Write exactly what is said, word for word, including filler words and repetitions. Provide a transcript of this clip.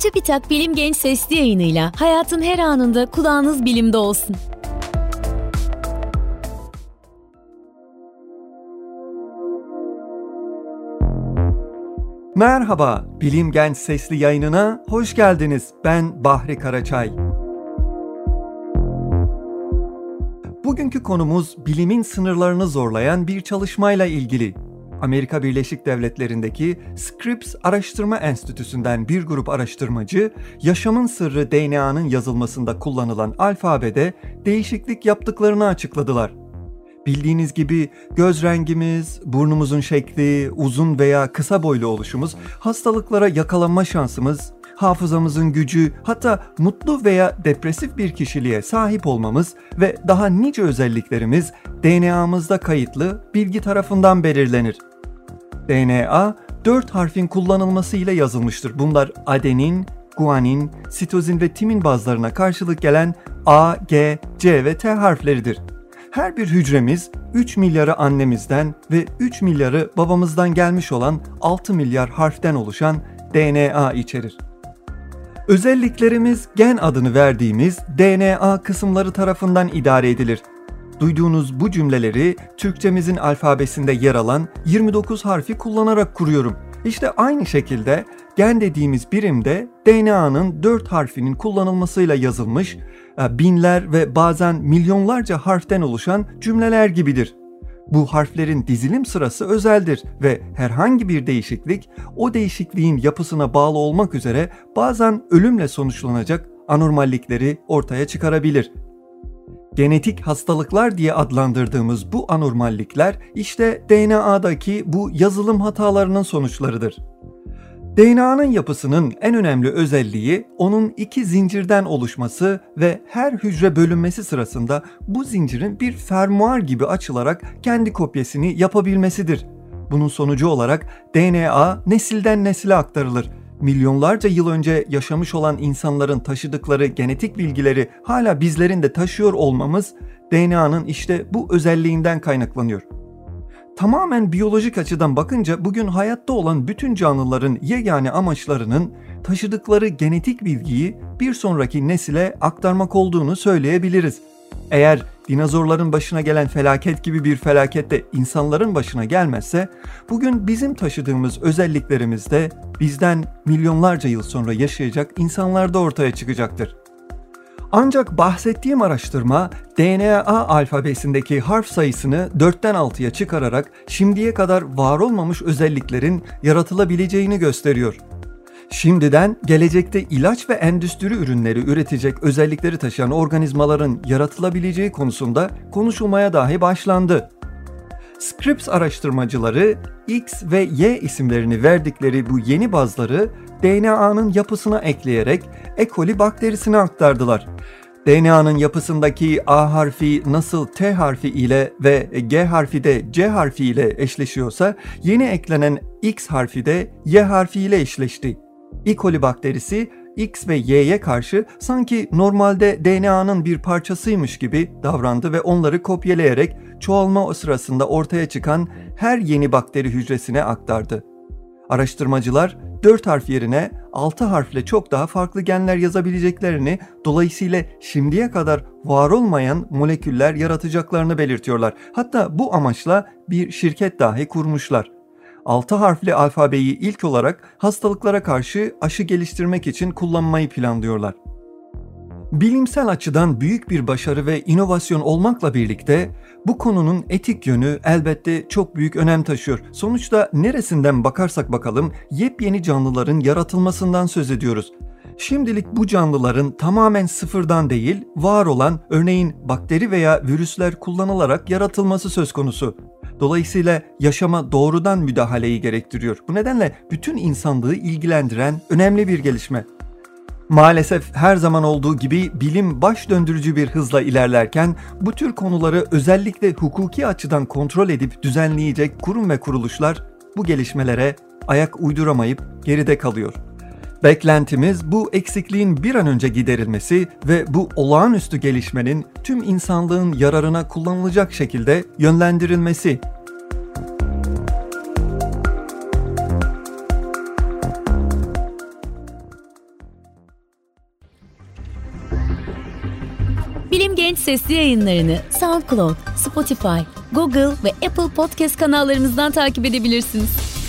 Çubitak Bilim Genç Sesli yayınıyla hayatın her anında kulağınız bilimde olsun. Merhaba, Bilim Genç Sesli yayınına hoş geldiniz. Ben Bahri Karaçay. Bugünkü konumuz bilimin sınırlarını zorlayan bir çalışmayla ilgili. Amerika Birleşik Devletleri'ndeki Scripps Araştırma Enstitüsü'nden bir grup araştırmacı, yaşamın sırrı D N A'nın yazılmasında kullanılan alfabede değişiklik yaptıklarını açıkladılar. Bildiğiniz gibi göz rengimiz, burnumuzun şekli, uzun veya kısa boylu oluşumuz, hastalıklara yakalanma şansımız, hafızamızın gücü, hatta mutlu veya depresif bir kişiliğe sahip olmamız ve daha nice özelliklerimiz D N A'mızda kayıtlı bilgi tarafından belirlenir. D N A, dört harfin kullanılmasıyla yazılmıştır. Bunlar adenin, guanin, sitozin ve timin bazlarına karşılık gelen A, G, C ve T harfleridir. Her bir hücremiz üç milyarı annemizden ve üç milyarı babamızdan gelmiş olan altı milyar harften oluşan D N A içerir. Özelliklerimiz gen adını verdiğimiz D N A kısımları tarafından idare edilir. Duyduğunuz bu cümleleri Türkçemizin alfabesinde yer alan yirmi dokuz harfi kullanarak kuruyorum. İşte aynı şekilde gen dediğimiz birimde D N A'nın dört harfinin kullanılmasıyla yazılmış binler ve bazen milyonlarca harften oluşan cümleler gibidir. Bu harflerin dizilim sırası özeldir ve herhangi bir değişiklik o değişikliğin yapısına bağlı olmak üzere bazen ölümle sonuçlanacak anormallikleri ortaya çıkarabilir. Genetik hastalıklar diye adlandırdığımız bu anormallikler işte D N A'daki bu yazılım hatalarının sonuçlarıdır. D N A'nın yapısının en önemli özelliği onun iki zincirden oluşması ve her hücre bölünmesi sırasında bu zincirin bir fermuar gibi açılarak kendi kopyasını yapabilmesidir. Bunun sonucu olarak D N A nesilden nesile aktarılır. Milyonlarca yıl önce yaşamış olan insanların taşıdıkları genetik bilgileri hala bizlerin de taşıyor olmamız D N A'nın işte bu özelliğinden kaynaklanıyor. Tamamen biyolojik açıdan bakınca bugün hayatta olan bütün canlıların yegane amaçlarının taşıdıkları genetik bilgiyi bir sonraki nesile aktarmak olduğunu söyleyebiliriz. Eğer dinozorların başına gelen felaket gibi bir felaket de insanların başına gelmezse, bugün bizim taşıdığımız özelliklerimiz de bizden milyonlarca yıl sonra yaşayacak insanlarda ortaya çıkacaktır. Ancak bahsettiğim araştırma D N A alfabesindeki harf sayısını dörtten altıya çıkararak şimdiye kadar var olmamış özelliklerin yaratılabileceğini gösteriyor. Şimdiden gelecekte ilaç ve endüstri ürünleri üretecek özellikleri taşıyan organizmaların yaratılabileceği konusunda konuşulmaya dahi başlandı. Scripps araştırmacıları X ve Y isimlerini verdikleri bu yeni bazları D N A'nın yapısına ekleyerek E. coli bakterisine aktardılar. D N A'nın yapısındaki A harfi nasıl T harfi ile ve G harfi de C harfi ile eşleşiyorsa, yeni eklenen X harfi de Y harfi ile eşleşti. E. coli bakterisi X ve Y'ye karşı sanki normalde D N A'nın bir parçasıymış gibi davrandı ve onları kopyalayarak çoğalma sırasında ortaya çıkan her yeni bakteri hücresine aktardı. Araştırmacılar dört harf yerine altı harfle çok daha farklı genler yazabileceklerini, dolayısıyla şimdiye kadar var olmayan moleküller yaratacaklarını belirtiyorlar. Hatta bu amaçla bir şirket dahi kurmuşlar. altı harfli alfabeyi ilk olarak hastalıklara karşı aşı geliştirmek için kullanmayı planlıyorlar. Bilimsel açıdan büyük bir başarı ve inovasyon olmakla birlikte bu konunun etik yönü elbette çok büyük önem taşıyor. Sonuçta neresinden bakarsak bakalım yepyeni canlıların yaratılmasından söz ediyoruz. Şimdilik bu canlıların tamamen sıfırdan değil, var olan örneğin bakteri veya virüsler kullanılarak yaratılması söz konusu. Dolayısıyla yaşama doğrudan müdahaleyi gerektiriyor. Bu nedenle bütün insanlığı ilgilendiren önemli bir gelişme. Maalesef her zaman olduğu gibi bilim baş döndürücü bir hızla ilerlerken bu tür konuları özellikle hukuki açıdan kontrol edip düzenleyecek kurum ve kuruluşlar bu gelişmelere ayak uyduramayıp geride kalıyor. Beklentimiz bu eksikliğin bir an önce giderilmesi ve bu olağanüstü gelişmenin tüm insanlığın yararına kullanılacak şekilde yönlendirilmesi. Bilim Genç sesli yayınlarını SoundCloud, Spotify, Google ve Apple Podcast kanallarımızdan takip edebilirsiniz.